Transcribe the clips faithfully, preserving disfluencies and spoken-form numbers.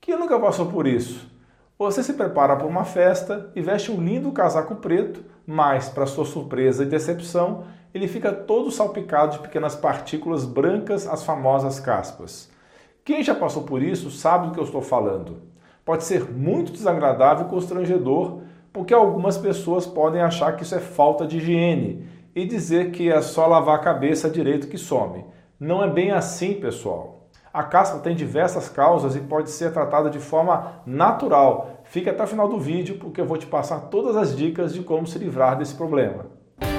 Quem nunca passou por isso? Você se prepara para uma festa e veste um lindo casaco preto, mas, para sua surpresa e decepção, ele fica todo salpicado de pequenas partículas brancas, as famosas caspas. Quem já passou por isso sabe do que eu estou falando. Pode ser muito desagradável e constrangedor, porque algumas pessoas podem achar que isso é falta de higiene e dizer que é só lavar a cabeça direito que some. Não é bem assim, pessoal. A caspa tem diversas causas e pode ser tratada de forma natural. Fique até o final do vídeo porque eu vou te passar todas as dicas de como se livrar desse problema.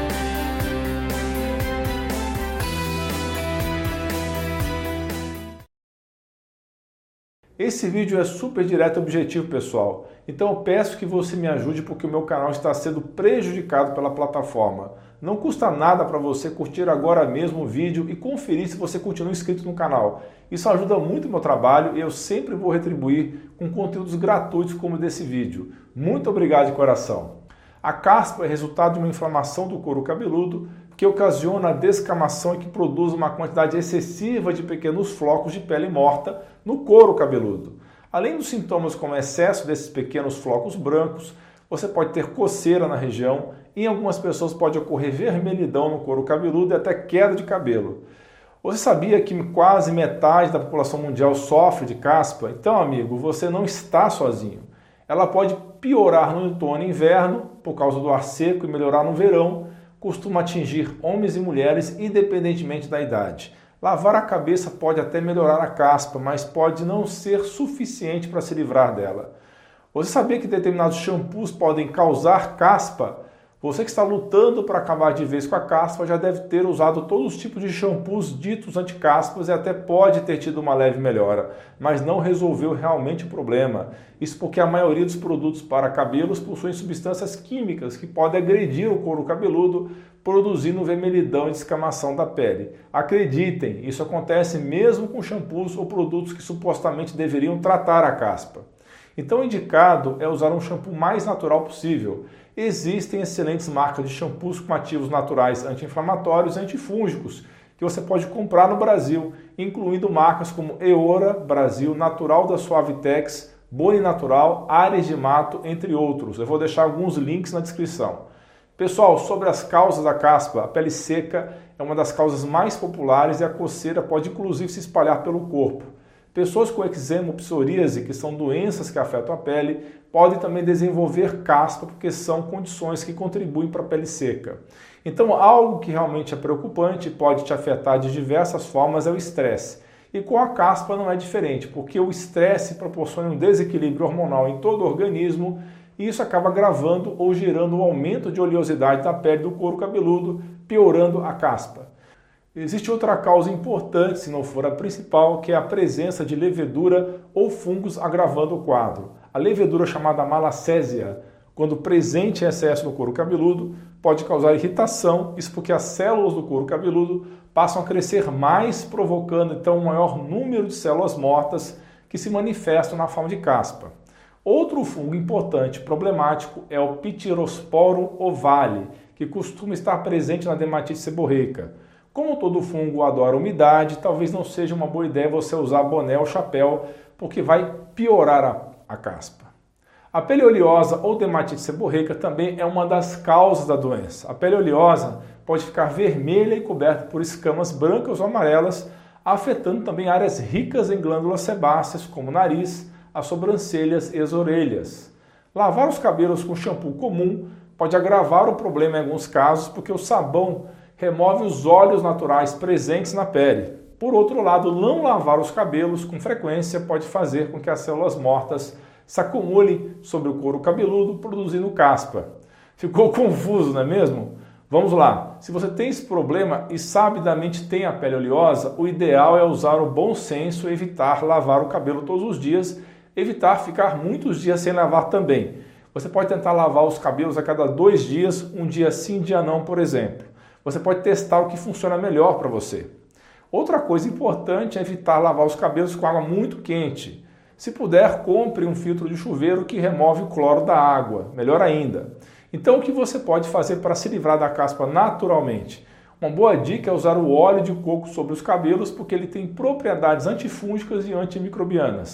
Esse vídeo é super direto e objetivo, pessoal. Então eu peço que você me ajude porque o meu canal está sendo prejudicado pela plataforma. Não custa nada para você curtir agora mesmo o vídeo e conferir se você continua inscrito no canal. Isso ajuda muito o meu trabalho e eu sempre vou retribuir com conteúdos gratuitos como desse vídeo. Muito obrigado de coração. A caspa é resultado de uma inflamação do couro cabeludo que ocasiona a descamação e que produz uma quantidade excessiva de pequenos flocos de pele morta no couro cabeludo. Além dos sintomas como excesso desses pequenos flocos brancos, você pode ter coceira na região e em algumas pessoas pode ocorrer vermelhidão no couro cabeludo e até queda de cabelo. Você sabia que quase metade da população mundial sofre de caspa? Então, amigo, você não está sozinho. Ela pode piorar no outono e inverno por causa do ar seco e melhorar no verão. Costuma atingir homens e mulheres independentemente da idade. Lavar a cabeça pode até melhorar a caspa, mas pode não ser suficiente para se livrar dela. Você sabia que determinados shampoos podem causar caspa? Você que está lutando para acabar de vez com a caspa já deve ter usado todos os tipos de shampoos ditos anti-caspas e até pode ter tido uma leve melhora, mas não resolveu realmente o problema. Isso porque a maioria dos produtos para cabelos possuem substâncias químicas que podem agredir o couro cabeludo, produzindo vermelhidão e descamação da pele. Acreditem, isso acontece mesmo com shampoos ou produtos que supostamente deveriam tratar a caspa. Então o indicado é usar um shampoo mais natural possível. Existem excelentes marcas de shampoos com ativos naturais anti-inflamatórios e antifúngicos que você pode comprar no Brasil, incluindo marcas como Eora Brasil, Natural da Suavitex, Boni Natural, Ares de Mato, entre outros. Eu vou deixar alguns links na descrição. Pessoal, sobre as causas da caspa, a pele seca é uma das causas mais populares e a coceira pode inclusive se espalhar pelo corpo. Pessoas com eczema ou psoríase, que são doenças que afetam a pele, podem também desenvolver caspa porque são condições que contribuem para a pele seca. Então, algo que realmente é preocupante e pode te afetar de diversas formas é o estresse. E com a caspa não é diferente, porque o estresse proporciona um desequilíbrio hormonal em todo o organismo e isso acaba agravando ou gerando um aumento de oleosidade da pele do couro cabeludo, piorando a caspa. Existe outra causa importante, se não for a principal, que é a presença de levedura ou fungos agravando o quadro. A levedura chamada malacésia, quando presente em excesso no couro cabeludo, pode causar irritação, isso porque as células do couro cabeludo passam a crescer mais, provocando então um maior número de células mortas que se manifestam na forma de caspa. Outro fungo importante e problemático é o Ptyrosporo ovale, que costuma estar presente na dermatite seborreica. Como todo fungo adora umidade, talvez não seja uma boa ideia você usar boné ou chapéu, porque vai piorar a, a caspa. A pele oleosa ou dermatite seborreica também é uma das causas da doença. A pele oleosa pode ficar vermelha e coberta por escamas brancas ou amarelas, afetando também áreas ricas em glândulas sebáceas, como o nariz, as sobrancelhas e as orelhas. Lavar os cabelos com shampoo comum pode agravar o problema em alguns casos, porque o sabão remove os óleos naturais presentes na pele. Por outro lado, não lavar os cabelos com frequência pode fazer com que as células mortas se acumulem sobre o couro cabeludo, produzindo caspa. Ficou confuso, não é mesmo? Vamos lá. Se você tem esse problema e sabidamente tem a pele oleosa, o ideal é usar o bom senso e evitar lavar o cabelo todos os dias, evitar ficar muitos dias sem lavar também. Você pode tentar lavar os cabelos a cada dois dias, um dia sim, um dia não, por exemplo. Você pode testar o que funciona melhor para você. Outra coisa importante é evitar lavar os cabelos com água muito quente. Se puder, compre um filtro de chuveiro que remove o cloro da água, melhor ainda. Então, o que você pode fazer para se livrar da caspa naturalmente? Uma boa dica é usar o óleo de coco sobre os cabelos, porque ele tem propriedades antifúngicas e antimicrobianas.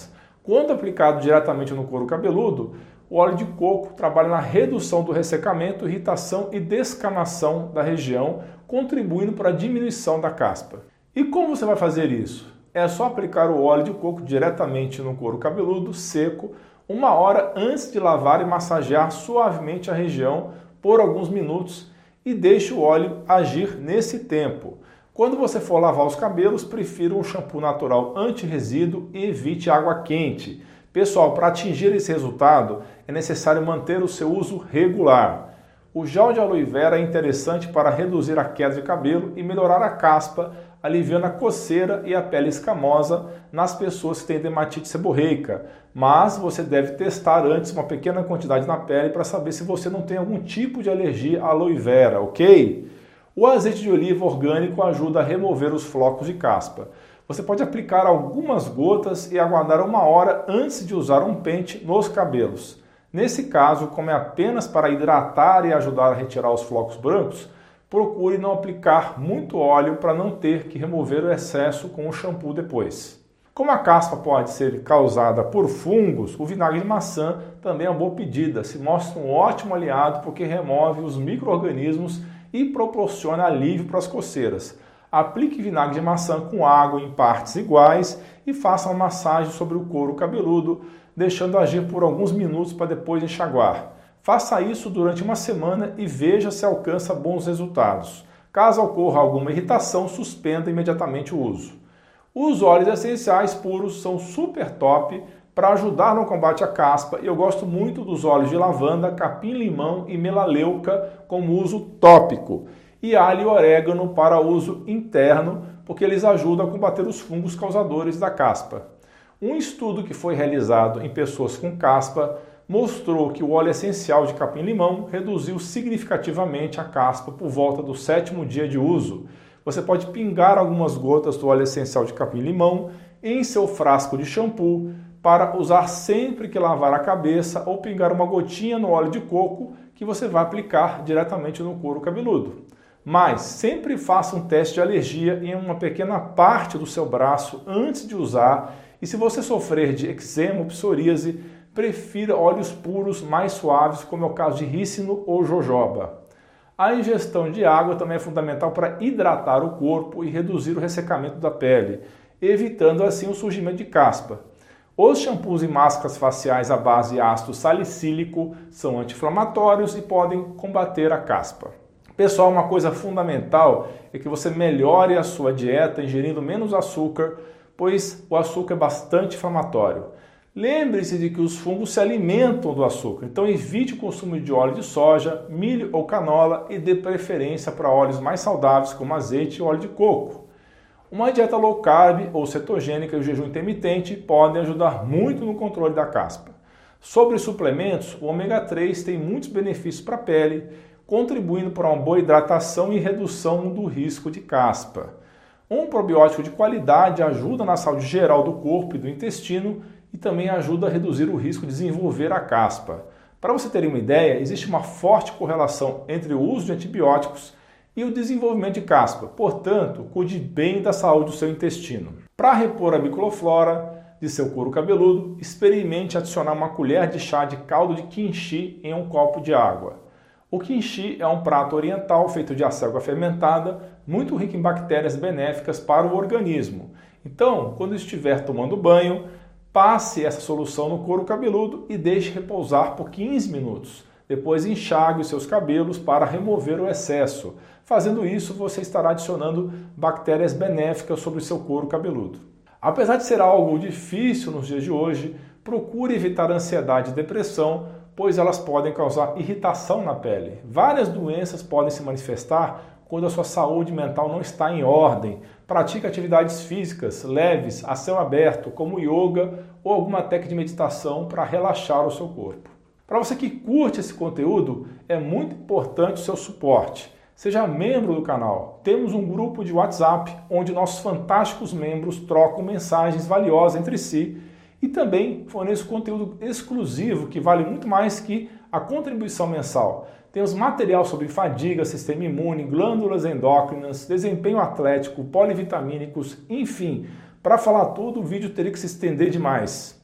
Quando aplicado diretamente no couro cabeludo, o óleo de coco trabalha na redução do ressecamento, irritação e descamação da região, contribuindo para a diminuição da caspa. E como você vai fazer isso? É só aplicar o óleo de coco diretamente no couro cabeludo seco, uma hora antes de lavar e massagear suavemente a região por alguns minutos e deixe o óleo agir nesse tempo. Quando você for lavar os cabelos, prefira um shampoo natural anti-resíduo e evite água quente. Pessoal, para atingir esse resultado, é necessário manter o seu uso regular. O gel de aloe vera é interessante para reduzir a queda de cabelo e melhorar a caspa, aliviando a coceira e a pele escamosa nas pessoas que têm dermatite seborreica. Mas você deve testar antes uma pequena quantidade na pele para saber se você não tem algum tipo de alergia à aloe vera, ok? O azeite de oliva orgânico ajuda a remover os flocos de caspa. Você pode aplicar algumas gotas e aguardar uma hora antes de usar um pente nos cabelos. Nesse caso, como é apenas para hidratar e ajudar a retirar os flocos brancos, procure não aplicar muito óleo para não ter que remover o excesso com o shampoo depois. Como a caspa pode ser causada por fungos, o vinagre de maçã também é uma boa pedida. Se mostra um ótimo aliado porque remove os micro-organismos e proporciona alívio para as coceiras. Aplique vinagre de maçã com água em partes iguais e faça uma massagem sobre o couro cabeludo, deixando agir por alguns minutos para depois enxaguar. Faça isso durante uma semana e veja se alcança bons resultados. Caso ocorra alguma irritação, suspenda imediatamente o uso. Os óleos essenciais puros são super top para ajudar no combate à caspa e eu gosto muito dos óleos de lavanda, capim-limão e melaleuca como uso tópico. E alho e orégano para uso interno, porque eles ajudam a combater os fungos causadores da caspa. Um estudo que foi realizado em pessoas com caspa mostrou que o óleo essencial de capim-limão reduziu significativamente a caspa por volta do sétimo dia de uso. Você pode pingar algumas gotas do óleo essencial de capim-limão em seu frasco de shampoo para usar sempre que lavar a cabeça ou pingar uma gotinha no óleo de coco que você vai aplicar diretamente no couro cabeludo. Mas sempre faça um teste de alergia em uma pequena parte do seu braço antes de usar e se você sofrer de eczema ou psoríase, prefira óleos puros mais suaves, como é o caso de rícino ou jojoba. A ingestão de água também é fundamental para hidratar o corpo e reduzir o ressecamento da pele, evitando assim o surgimento de caspa. Os shampoos e máscaras faciais à base de ácido salicílico são anti-inflamatórios e podem combater a caspa. Pessoal, uma coisa fundamental é que você melhore a sua dieta ingerindo menos açúcar, pois o açúcar é bastante inflamatório. Lembre-se de que os fungos se alimentam do açúcar, então evite o consumo de óleo de soja, milho ou canola e dê preferência para óleos mais saudáveis como azeite e óleo de coco. Uma dieta low carb ou cetogênica e o jejum intermitente podem ajudar muito no controle da caspa. Sobre suplementos, o ômega três tem muitos benefícios para a pele, contribuindo para uma boa hidratação e redução do risco de caspa. Um probiótico de qualidade ajuda na saúde geral do corpo e do intestino e também ajuda a reduzir o risco de desenvolver a caspa. Para você ter uma ideia, existe uma forte correlação entre o uso de antibióticos e o desenvolvimento de caspa. Portanto, cuide bem da saúde do seu intestino. Para repor a microflora de seu couro cabeludo, experimente adicionar uma colher de chá de caldo de quinchi em um copo de água. O quinchi é um prato oriental feito de acelga fermentada, muito rico em bactérias benéficas para o organismo. Então, quando estiver tomando banho, passe essa solução no couro cabeludo e deixe repousar por quinze minutos. Depois enxague os seus cabelos para remover o excesso. Fazendo isso, você estará adicionando bactérias benéficas sobre o seu couro cabeludo. Apesar de ser algo difícil nos dias de hoje, procure evitar ansiedade e depressão, pois elas podem causar irritação na pele. Várias doenças podem se manifestar quando a sua saúde mental não está em ordem. Pratique atividades físicas leves, a céu aberto, como yoga ou alguma técnica de meditação para relaxar o seu corpo. Para você que curte esse conteúdo, é muito importante o seu suporte. Seja membro do canal. Temos um grupo de WhatsApp onde nossos fantásticos membros trocam mensagens valiosas entre si e também forneço conteúdo exclusivo que vale muito mais que a contribuição mensal. Temos material sobre fadiga, sistema imune, glândulas endócrinas, desempenho atlético, polivitamínicos, enfim. Para falar tudo, o vídeo teria que se estender demais.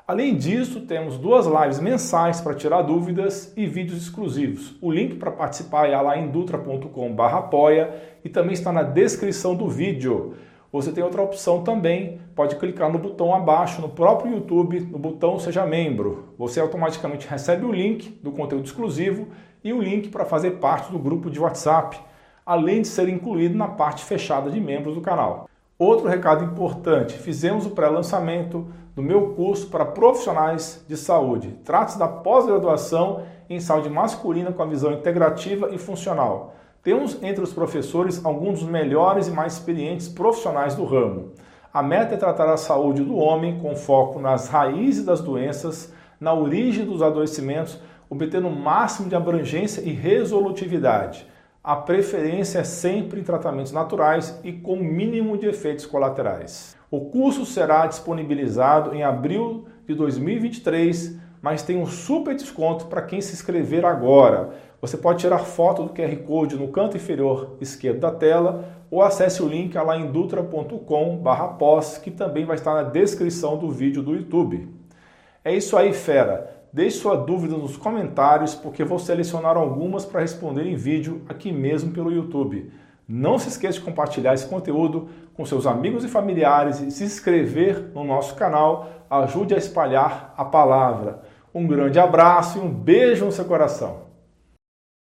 Além disso, temos duas lives mensais para tirar dúvidas e vídeos exclusivos. O link para participar é lá em dutra ponto com barra apoia e também está na descrição do vídeo. Você tem outra opção também, pode clicar no botão abaixo, no próprio YouTube, no botão Seja Membro. Você automaticamente recebe o link do conteúdo exclusivo e o link para fazer parte do grupo de WhatsApp, além de ser incluído na parte fechada de membros do canal. Outro recado importante, fizemos o pré-lançamento do meu curso para profissionais de saúde. Trata-se da pós-graduação em saúde masculina com a visão integrativa e funcional. Temos entre os professores alguns dos melhores e mais experientes profissionais do ramo. A meta é tratar a saúde do homem com foco nas raízes das doenças, na origem dos adoecimentos, obtendo o máximo de abrangência e resolutividade. A preferência é sempre em tratamentos naturais e com o mínimo de efeitos colaterais. O curso será disponibilizado em abril de dois mil e vinte e três, mas tem um super desconto para quem se inscrever agora. Você pode tirar foto do Q R Code no canto inferior esquerdo da tela ou acesse o link lá em dutra ponto com barra pós, que também vai estar na descrição do vídeo do YouTube. É isso aí, fera! Deixe sua dúvida nos comentários, porque vou selecionar algumas para responder em vídeo aqui mesmo pelo YouTube. Não se esqueça de compartilhar esse conteúdo com seus amigos e familiares e se inscrever no nosso canal. Ajude a espalhar a palavra. Um grande abraço e um beijo no seu coração.